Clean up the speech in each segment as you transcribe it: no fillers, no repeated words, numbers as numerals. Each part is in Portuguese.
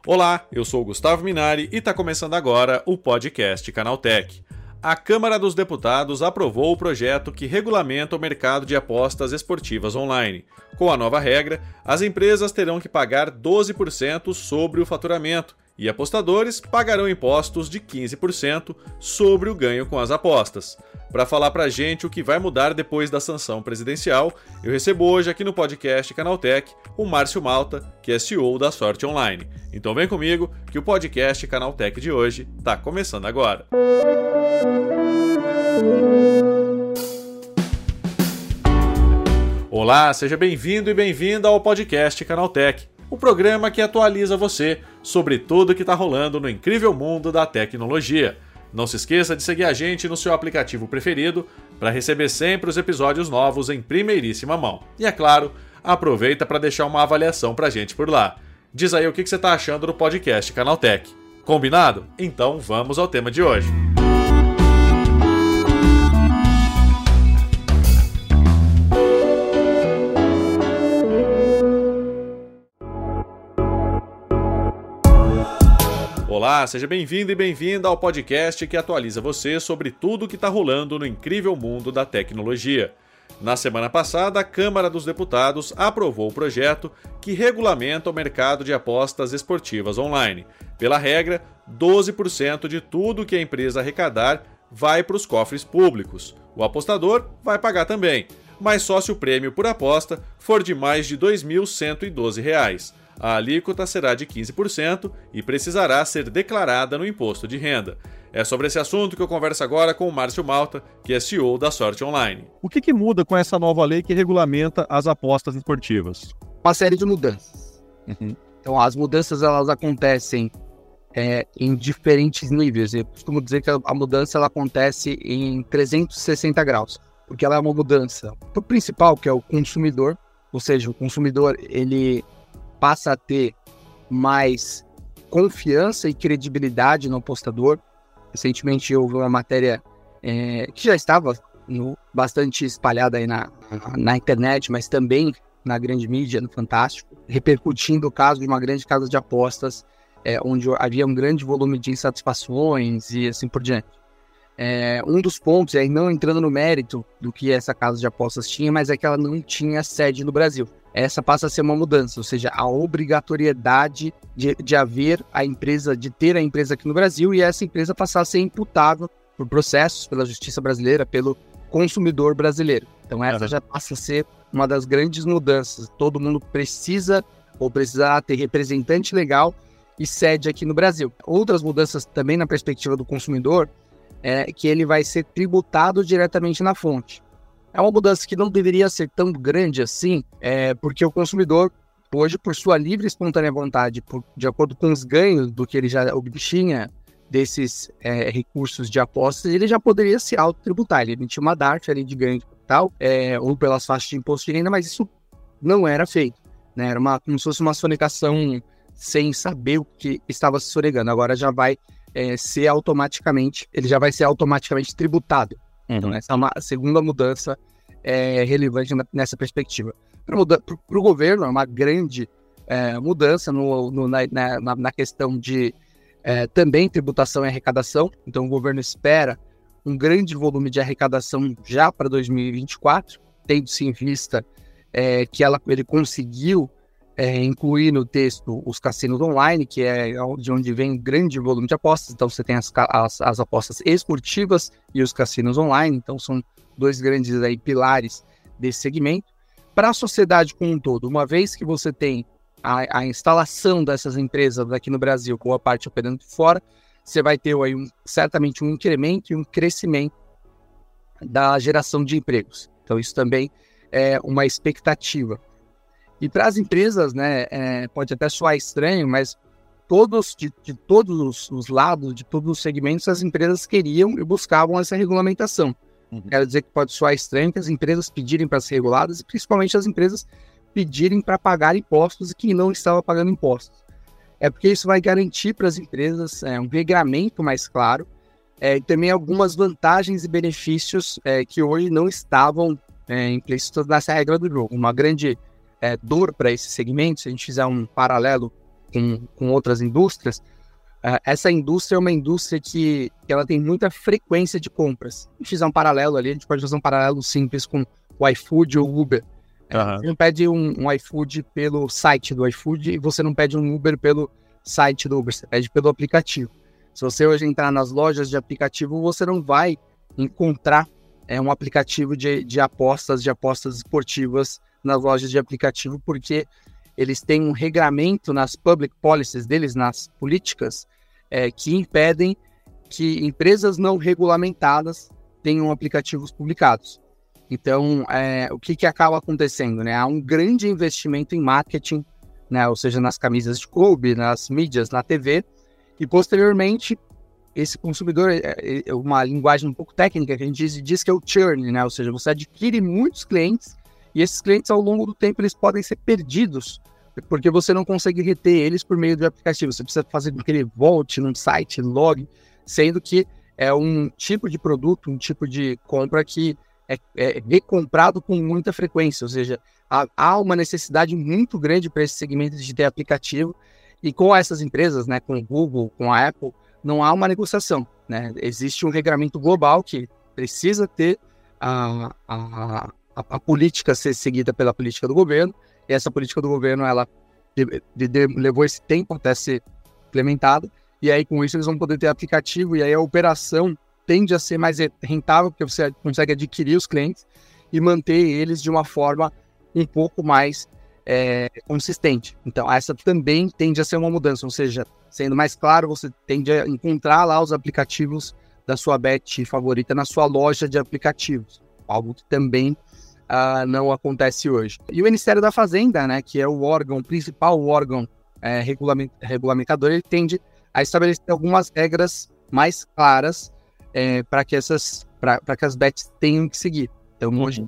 Olá, eu sou o Gustavo Minari e está começando agora o podcast Canaltech. A Câmara dos Deputados aprovou o projeto que regulamenta o mercado de apostas esportivas online. Com a nova regra, as empresas terão que pagar 12% sobre o faturamento e apostadores pagarão impostos de 15% sobre o ganho com as apostas. Para falar pra gente o que vai mudar depois da sanção presidencial, eu recebo hoje aqui no podcast Canaltech o Márcio Malta, que é CEO da Sorte Online. Então vem comigo que o podcast Canaltech de hoje está começando agora. Olá, seja bem-vindo e bem-vinda ao podcast Canaltech, o programa que atualiza você sobre tudo que está rolando no incrível mundo da tecnologia. Não se esqueça de seguir a gente no seu aplicativo preferido para receber sempre os episódios novos em primeiríssima mão. E é claro, aproveita para deixar uma avaliação para a gente por lá. Diz aí o que você está achando do podcast Canaltech. Combinado? Então vamos ao tema de hoje. Olá, seja bem-vindo e bem-vinda ao podcast que atualiza você sobre tudo o que está rolando no incrível mundo da tecnologia. Na semana passada, a Câmara dos Deputados aprovou o projeto que regulamenta o mercado de apostas esportivas online. Pela regra, 12% de tudo que a empresa arrecadar vai para os cofres públicos. O apostador vai pagar também, mas só se o prêmio por aposta for de mais de R$ 2.112. A alíquota será de 15% e precisará ser declarada no imposto de renda. É sobre esse assunto que eu converso agora com o Márcio Malta, que é CEO da Sorte Online. O que muda com essa nova lei que regulamenta as apostas esportivas? Uma série de mudanças. Então, as mudanças elas acontecem em diferentes níveis. Eu costumo dizer que a mudança ela acontece em 360 graus, porque ela é uma mudança para o principal, que é o consumidor, ou seja, o consumidor ele passa a ter mais confiança e credibilidade no apostador. Recentemente houve uma matéria que já estava bastante espalhada aí na internet, mas também na grande mídia, no Fantástico, repercutindo o caso de uma grande casa de apostas, onde havia um grande volume de insatisfações e assim por diante. Um dos pontos, aí não entrando no mérito do que essa casa de apostas tinha, mas é que ela não tinha sede no Brasil. Essa passa a ser uma mudança, ou seja, a obrigatoriedade de haver a empresa, de ter a empresa aqui no Brasil e essa empresa passar a ser imputável por processos pela justiça brasileira, pelo consumidor brasileiro. Então essa já passa a ser uma das grandes mudanças. Todo mundo precisa ou precisará ter representante legal e sede aqui no Brasil. Outras mudanças também na perspectiva do consumidor é que ele vai ser tributado diretamente na fonte. É uma mudança que não deveria ser tão grande assim, porque o consumidor, hoje, por sua livre e espontânea vontade, de acordo com os ganhos do que ele já obtinha desses recursos de apostas, ele já poderia se autotributar. Ele emitia uma DARF ali de ganho de capital, ou pelas faixas de imposto de renda, mas isso não era feito, né? Era como se fosse uma sonegação sem saber o que estava se sonegando. Agora já vai ele já vai ser automaticamente tributado. Então, essa é uma segunda mudança relevante nessa perspectiva. Para o governo, é uma grande mudança na questão de também tributação e arrecadação. Então, o governo espera um grande volume de arrecadação já para 2024, tendo-se em vista que ele conseguiu incluir no texto os cassinos online, que é de onde vem um grande volume de apostas. Então você tem as apostas esportivas e os cassinos online, então são dois grandes pilares desse segmento. Para a sociedade como um todo, uma vez que você tem a instalação dessas empresas aqui no Brasil, com a parte operando de fora, você vai ter aí certamente um incremento e um crescimento da geração de empregos. Então isso também é uma expectativa. E para as empresas, né, pode até soar estranho, mas de todos os lados, de todos os segmentos, as empresas queriam e buscavam essa regulamentação. Quero dizer que pode soar estranho que as empresas pedirem para ser reguladas, e principalmente as empresas pedirem para pagar impostos e que não estavam pagando impostos. Porque isso vai garantir para as empresas um regramento mais claro e também algumas vantagens e benefícios que hoje não estavam implícitos nessa regra do jogo. Uma grande dor para esse segmento, se a gente fizer um paralelo com outras indústrias, essa indústria é uma indústria que ela tem muita frequência de compras. Se fizer um paralelo ali, a gente pode fazer um paralelo simples com o iFood ou o Uber. Você não pede um iFood pelo site do iFood e você não pede um Uber pelo site do Uber, você pede pelo aplicativo. Se você hoje entrar nas lojas de aplicativo, você não vai encontrar um aplicativo de apostas esportivas nas lojas de aplicativo, porque eles têm um regramento nas public policies deles, nas políticas, que impedem que empresas não regulamentadas tenham aplicativos publicados. Então, o que acaba acontecendo, né? Há um grande investimento em marketing, né? Ou seja, nas camisas de clube, nas mídias, na TV, e posteriormente, esse consumidor, uma linguagem um pouco técnica que a gente diz que é o churn, né? Ou seja, você adquire muitos clientes e esses clientes, ao longo do tempo, eles podem ser perdidos, porque você não consegue reter eles por meio do aplicativo. Você precisa fazer com que ele volte num site, log, sendo que é um tipo de produto, um tipo de compra que é recomprado com muita frequência. Ou seja, há uma necessidade muito grande para esse segmento de ter aplicativo, e com essas empresas, né, com o Google, com a Apple, não há uma negociação, né? Existe um regramento global que precisa ter a política ser seguida pela política do governo, e essa política do governo, ela levou esse tempo até ser implementada, e aí com isso eles vão poder ter aplicativo, e aí a operação tende a ser mais rentável, porque você consegue adquirir os clientes e manter eles de uma forma um pouco mais consistente. Então, essa também tende a ser uma mudança, ou seja, sendo mais claro, você tende a encontrar lá os aplicativos da sua bet favorita na sua loja de aplicativos, algo que também não acontece hoje. E o Ministério da Fazenda, né, que é o principal órgão regulamentador, ele tende a estabelecer algumas regras mais claras para que as bets tenham que seguir. Então, hoje,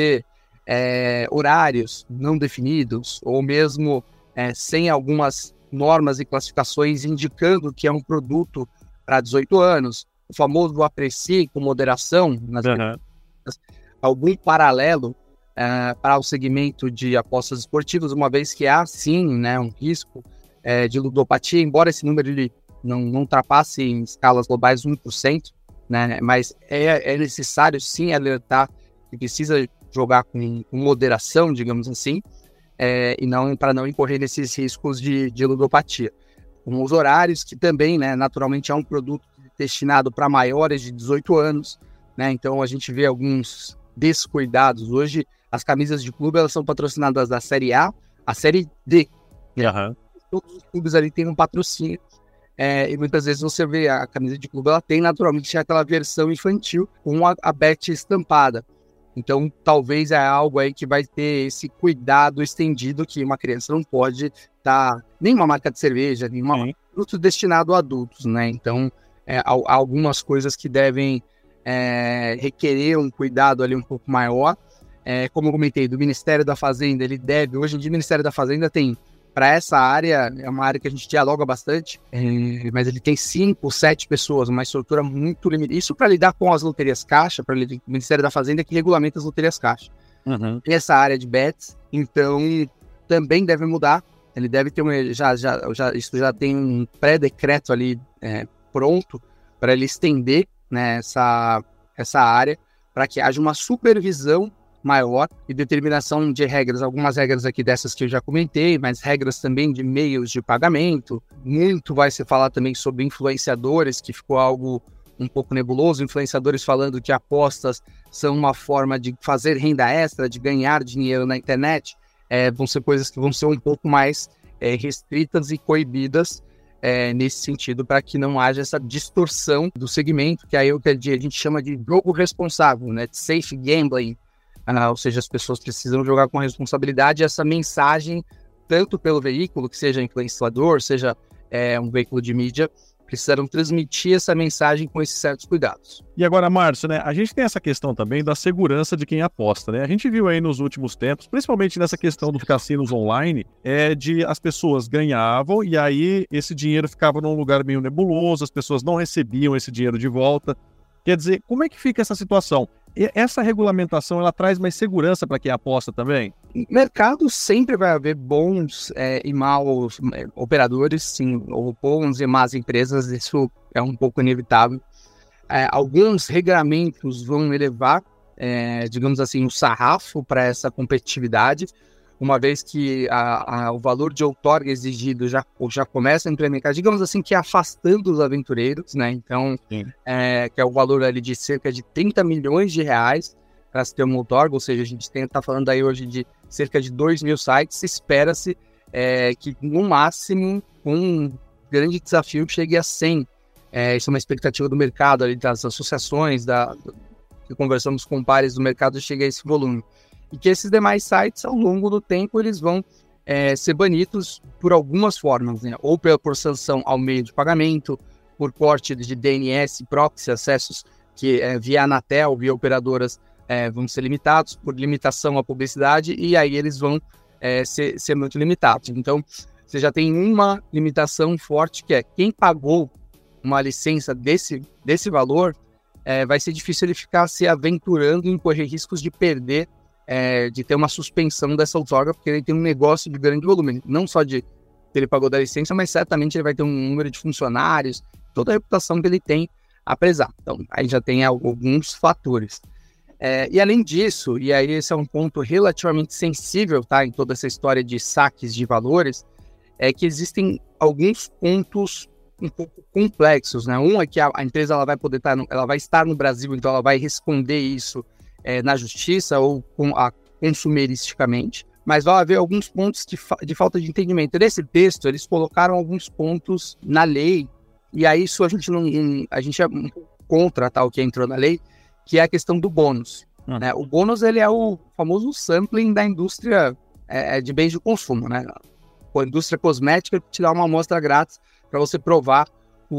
horários não definidos, ou mesmo sem algumas normas e classificações indicando que é um produto para 18 anos, o famoso aprecie com moderação, algum paralelo para o segmento de apostas esportivas, uma vez que há sim, né, um risco de ludopatia, embora esse número ele não ultrapasse em escalas globais 1%, né, mas é necessário sim alertar que precisa jogar com moderação, digamos assim, e não para não incorrer nesses riscos de ludopatia. Com os horários, que também, né, naturalmente é um produto destinado para maiores de 18 anos, né, então a gente vê alguns descuidados. Hoje, as camisas de clube, elas são patrocinadas da Série A à Série D. Todos os clubes ali têm um patrocínio, e muitas vezes você vê a camisa de clube, ela tem naturalmente aquela versão infantil com a bet estampada. Então, talvez é algo aí que vai ter esse cuidado estendido, que uma criança não pode estar nenhuma marca de cerveja, nenhum produto destinado a adultos, né? Então, há algumas coisas que devem requerer um cuidado ali um pouco maior. Como eu comentei, do Ministério da Fazenda, hoje em dia o Ministério da Fazenda tem, para essa área, é uma área que a gente dialoga bastante, mas ele tem 5, 7 pessoas, uma estrutura muito limitada. Isso para lidar com as loterias caixa, o Ministério da Fazenda que regulamenta as loterias caixa. Tem essa área de bets, então também deve mudar. Ele deve ter isso já tem um pré-decreto ali pronto para ele estender, né, essa área, para que haja uma supervisão maior e determinação de regras, algumas regras aqui dessas que eu já comentei, mas regras também de meios de pagamento. Muito vai se falar também sobre influenciadores, que ficou algo um pouco nebuloso, influenciadores falando que apostas são uma forma de fazer renda extra, de ganhar dinheiro na internet. Vão ser coisas que vão ser um pouco mais restritas e coibidas nesse sentido, para que não haja essa distorção do segmento, que aí a gente chama de jogo responsável, né, de safe gambling. Ou seja, as pessoas precisam jogar com responsabilidade. Essa mensagem, tanto pelo veículo, que seja influenciador, seja um veículo de mídia, precisaram transmitir essa mensagem com esses certos cuidados. E agora, Márcio, né, a gente tem essa questão também da segurança de quem aposta, né? A gente viu aí nos últimos tempos, principalmente nessa questão dos cassinos online, de as pessoas ganhavam e aí esse dinheiro ficava num lugar meio nebuloso, as pessoas não recebiam esse dinheiro de volta. Quer dizer, como é que fica essa situação? Essa regulamentação, ela traz mais segurança para quem aposta também? mercado sempre vai haver bons e maus operadores, sim, ou bons e más empresas, isso é um pouco inevitável. Alguns regramentos vão elevar, digamos assim, o sarrafo para essa competitividade, uma vez que o valor de outorga exigido já começa a implementar, digamos assim, que afastando os aventureiros, né? Então, que é o valor ali de cerca de 30 milhões de reais para se ter uma outorga, ou seja, a gente está falando aí hoje de cerca de 2.000 sites, espera-se que no máximo um grande desafio chegue a 100. Isso é uma expectativa do mercado, ali, das associações, que conversamos com pares do mercado, chega a esse volume. E que esses demais sites, ao longo do tempo, eles vão ser banidos por algumas formas, né? Ou por sanção ao meio de pagamento, por corte de DNS, proxy, acessos que via Anatel, via operadoras, vão ser limitados, por limitação à publicidade, e aí eles vão ser muito limitados. Então, você já tem uma limitação forte, que é quem pagou uma licença desse valor, vai ser difícil ele ficar se aventurando em correr riscos de perder, de ter uma suspensão dessa outorga, porque ele tem um negócio de grande volume, não só de que ele pagou da licença, mas certamente ele vai ter um número de funcionários, toda a reputação que ele tem a prezar. Então, aí já tem alguns fatores. E além disso, e aí esse é um ponto relativamente sensível, tá, em toda essa história de saques de valores, é que existem alguns pontos um pouco complexos, né? Um é que a empresa ela vai poder ela vai estar no Brasil, então ela vai responder isso na justiça ou consumeristicamente, mas vai haver alguns pontos de falta de entendimento. Nesse texto, eles colocaram alguns pontos na lei, e aí isso a gente é contra tal que entrou na lei, que é a questão do bônus. Né? O bônus ele é o famoso sampling da indústria de bens de consumo, né? A indústria cosmética te dá uma amostra grátis para você provar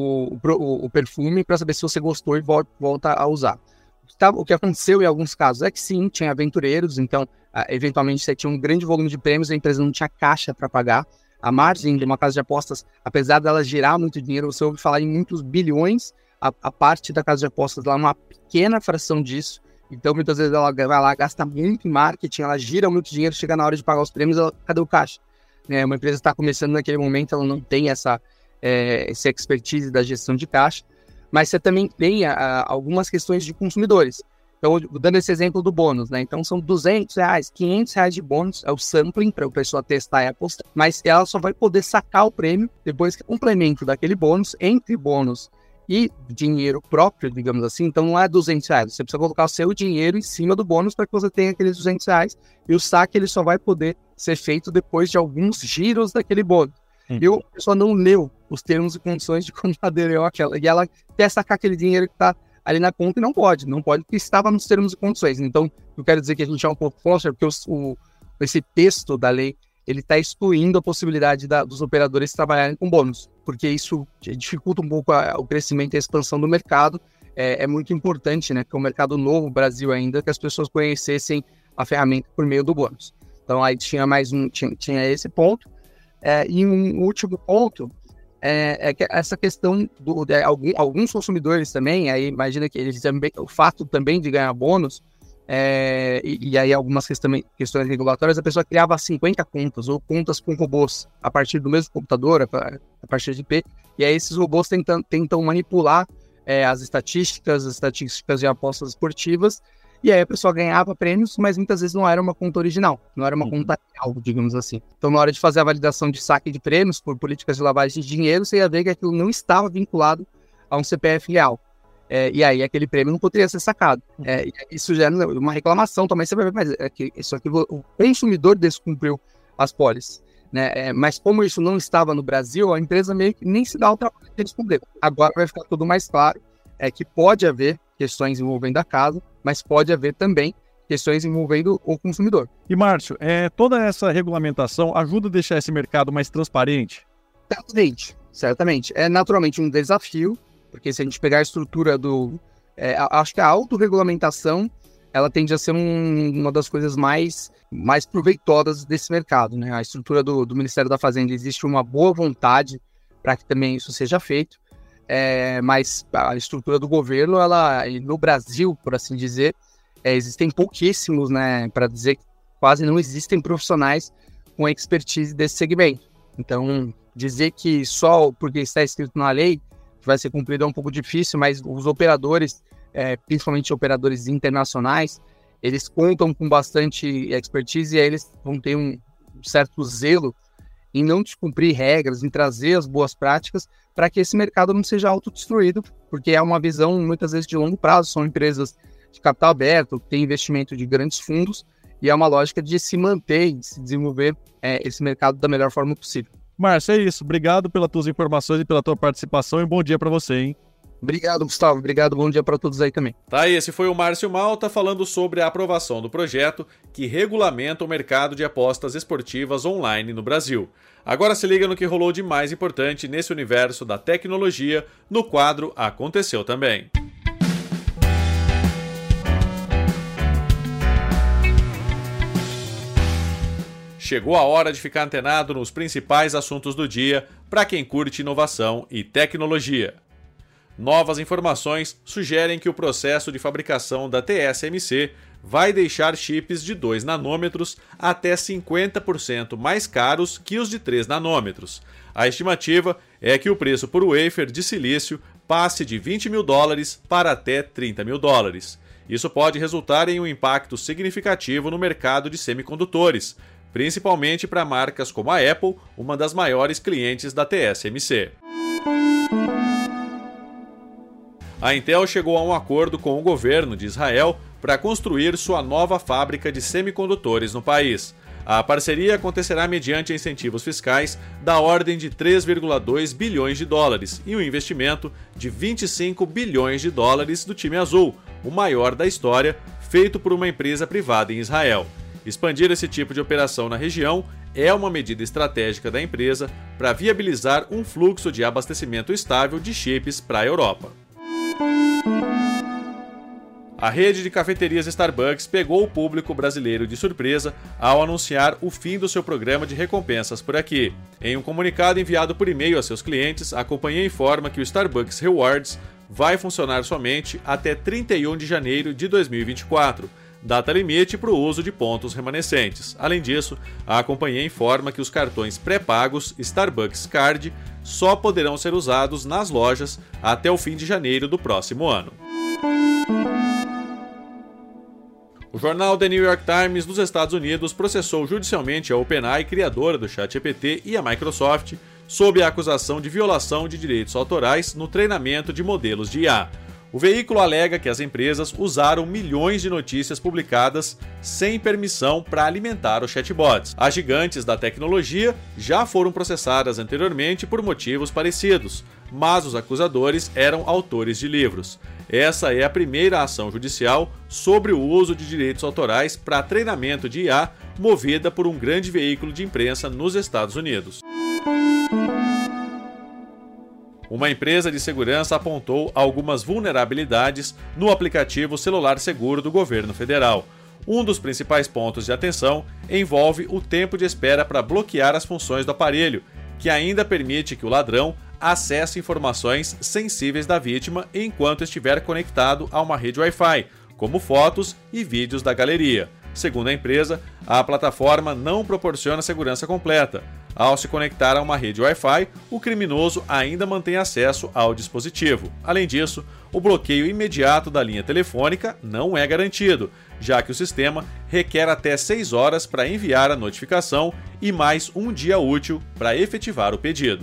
o perfume para saber se você gostou e volta a usar. O que aconteceu em alguns casos é que sim, tinha aventureiros, então eventualmente você tinha um grande volume de prêmios, a empresa não tinha caixa para pagar. A margem de uma casa de apostas, apesar dela girar muito dinheiro, você ouve falar em muitos bilhões, a parte da casa de apostas lá é uma pequena fração disso. Então muitas vezes ela vai lá, gasta muito em marketing, ela gira muito dinheiro, chega na hora de pagar os prêmios, cadê o caixa? Uma empresa está começando naquele momento, ela não tem essa expertise da gestão de caixa, mas você também tem algumas questões de consumidores. Então, dando esse exemplo do bônus, né? Então, são R$200, R$500 de bônus, é o sampling para a pessoa testar e apostar, mas ela só vai poder sacar o prêmio depois que complemento daquele bônus, entre bônus e dinheiro próprio, digamos assim. Então, não é R$200, você precisa colocar o seu dinheiro em cima do bônus para que você tenha aqueles R$200, e o saque ele só vai poder ser feito depois de alguns giros daquele bônus. E a pessoa não leu os termos e condições de quando aderiu àquela, e ela quer sacar aquele dinheiro que está ali na conta e não pode porque estava nos termos e condições. Então, eu quero dizer que a gente é um pouco contra, porque esse texto da lei, ele está excluindo a possibilidade dos operadores trabalharem com bônus, porque isso dificulta um pouco o crescimento e a expansão do mercado. É muito importante, né, que é um mercado novo, o Brasil ainda, que as pessoas conhecessem a ferramenta por meio do bônus. Então, aí tinha esse ponto. E um último ponto é que essa questão alguns consumidores também, aí imagina que eles também, o fato também de ganhar bônus, e aí algumas questões regulatórias, a pessoa criava 50 contas ou contas com robôs a partir do mesmo computador, a partir de IP, e aí esses robôs tentam manipular as estatísticas de apostas esportivas, e aí a pessoa ganhava prêmios, mas muitas vezes não era uma conta original, não era uma conta real, digamos assim. Então, na hora de fazer a validação de saque de prêmios por políticas de lavagem de dinheiro, você ia ver que aquilo não estava vinculado a um CPF real. E aí aquele prêmio não poderia ser sacado. Isso gera uma reclamação também. Você vai ver, mas isso aqui, o consumidor descumpriu as pólices. Né? Mas como isso não estava no Brasil, a empresa meio que nem se dá o trabalho de responder. Agora vai ficar tudo mais claro, que pode haver questões envolvendo a casa, mas pode haver também questões envolvendo o consumidor. E, Márcio, toda essa regulamentação ajuda a deixar esse mercado mais transparente? Certamente. É naturalmente um desafio, porque se a gente pegar a estrutura acho que a autorregulamentação, ela tende a ser uma das coisas mais proveitosas desse mercado, né? A estrutura do Ministério da Fazenda, existe uma boa vontade para que também isso seja feito, mas a estrutura do governo, no Brasil, por assim dizer, existem pouquíssimos, né, para dizer quase não existem profissionais com expertise desse segmento. Então, dizer que só porque está escrito na lei vai ser cumprido é um pouco difícil, mas os operadores, principalmente operadores internacionais, eles contam com bastante expertise e aí eles vão ter um certo zelo em não descumprir regras, em trazer as boas práticas para que esse mercado não seja autodestruído, porque é uma visão muitas vezes de longo prazo, são empresas de capital aberto, que têm investimento de grandes fundos e é uma lógica de se manter e se desenvolver esse mercado da melhor forma possível. Márcio, é isso. Obrigado pelas tuas informações e pela tua participação e bom dia para você, hein? Obrigado, Gustavo. Obrigado. Bom dia para todos aí também. Tá, esse foi o Márcio Malta falando sobre a aprovação do projeto que regulamenta o mercado de apostas esportivas online no Brasil. Agora se liga no que rolou de mais importante nesse universo da tecnologia no quadro Aconteceu Também. Chegou a hora de ficar antenado nos principais assuntos do dia para quem curte inovação e tecnologia. Novas informações sugerem que o processo de fabricação da TSMC vai deixar chips de 2 nanômetros até 50% mais caros que os de 3 nanômetros. A estimativa é que o preço por wafer de silício passe de $20 mil para até $30 mil. Isso pode resultar em um impacto significativo no mercado de semicondutores, principalmente para marcas como a Apple, uma das maiores clientes da TSMC. A Intel chegou a um acordo com o governo de Israel para construir sua nova fábrica de semicondutores no país. A parceria acontecerá mediante incentivos fiscais da ordem de $3,2 bilhões e um investimento de $25 bilhões do time azul, o maior da história, feito por uma empresa privada em Israel. Expandir esse tipo de operação na região é uma medida estratégica da empresa para viabilizar um fluxo de abastecimento estável de chips para a Europa. A rede de cafeterias Starbucks pegou o público brasileiro de surpresa ao anunciar o fim do seu programa de recompensas por aqui. Em um comunicado enviado por e-mail a seus clientes, a companhia informa que o Starbucks Rewards vai funcionar somente até 31 de janeiro de 2024. Data limite para o uso de pontos remanescentes. Além disso, a companhia informa que os cartões pré-pagos Starbucks Card só poderão ser usados nas lojas até o fim de janeiro do próximo ano. O jornal The New York Times dos Estados Unidos processou judicialmente a OpenAI, criadora do ChatGPT, e a Microsoft sob a acusação de violação de direitos autorais no treinamento de modelos de IA. O veículo alega que as empresas usaram milhões de notícias publicadas sem permissão para alimentar os chatbots. As gigantes da tecnologia já foram processadas anteriormente por motivos parecidos, mas os acusadores eram autores de livros. Essa é a primeira ação judicial sobre o uso de direitos autorais para treinamento de IA movida por um grande veículo de imprensa nos Estados Unidos. Uma empresa de segurança apontou algumas vulnerabilidades no aplicativo Celular Seguro do governo federal. Um dos principais pontos de atenção envolve o tempo de espera para bloquear as funções do aparelho, que ainda permite que o ladrão acesse informações sensíveis da vítima enquanto estiver conectado a uma rede Wi-Fi, como fotos e vídeos da galeria. Segundo a empresa, a plataforma não proporciona segurança completa. Ao se conectar a uma rede Wi-Fi, o criminoso ainda mantém acesso ao dispositivo. Além disso, o bloqueio imediato da linha telefônica não é garantido, já que o sistema requer até 6 horas para enviar a notificação e mais um dia útil para efetivar o pedido.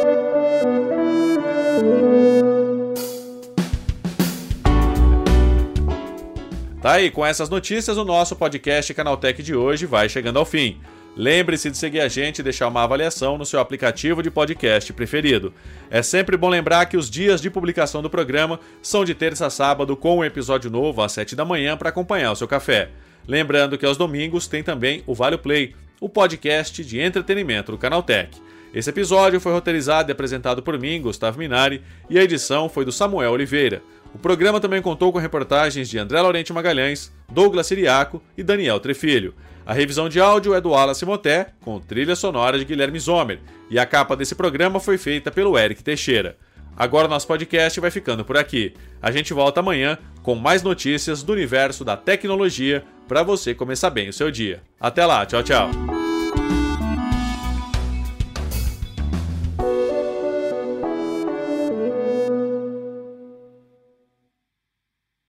Tá aí, com essas notícias, o nosso podcast Canaltech de hoje vai chegando ao fim. Lembre-se de seguir a gente e deixar uma avaliação no seu aplicativo de podcast preferido. É sempre bom lembrar que os dias de publicação do programa são de terça a sábado, com um episódio novo às 7 da manhã para acompanhar o seu café. Lembrando que aos domingos tem também o Vale Play, o podcast de entretenimento do Canaltech. Esse episódio foi roteirizado e apresentado por mim, Gustavo Minari, e a edição foi do Samuel Oliveira. O programa também contou com reportagens de André Laurenti Magalhães, Douglas Siriaco e Daniel Trefilho. A revisão de áudio é do Wallace Moté, com trilha sonora de Guilherme Zomer, e a capa desse programa foi feita pelo Eric Teixeira. Agora o nosso podcast vai ficando por aqui. A gente volta amanhã com mais notícias do universo da tecnologia para você começar bem o seu dia. Até lá, tchau, tchau.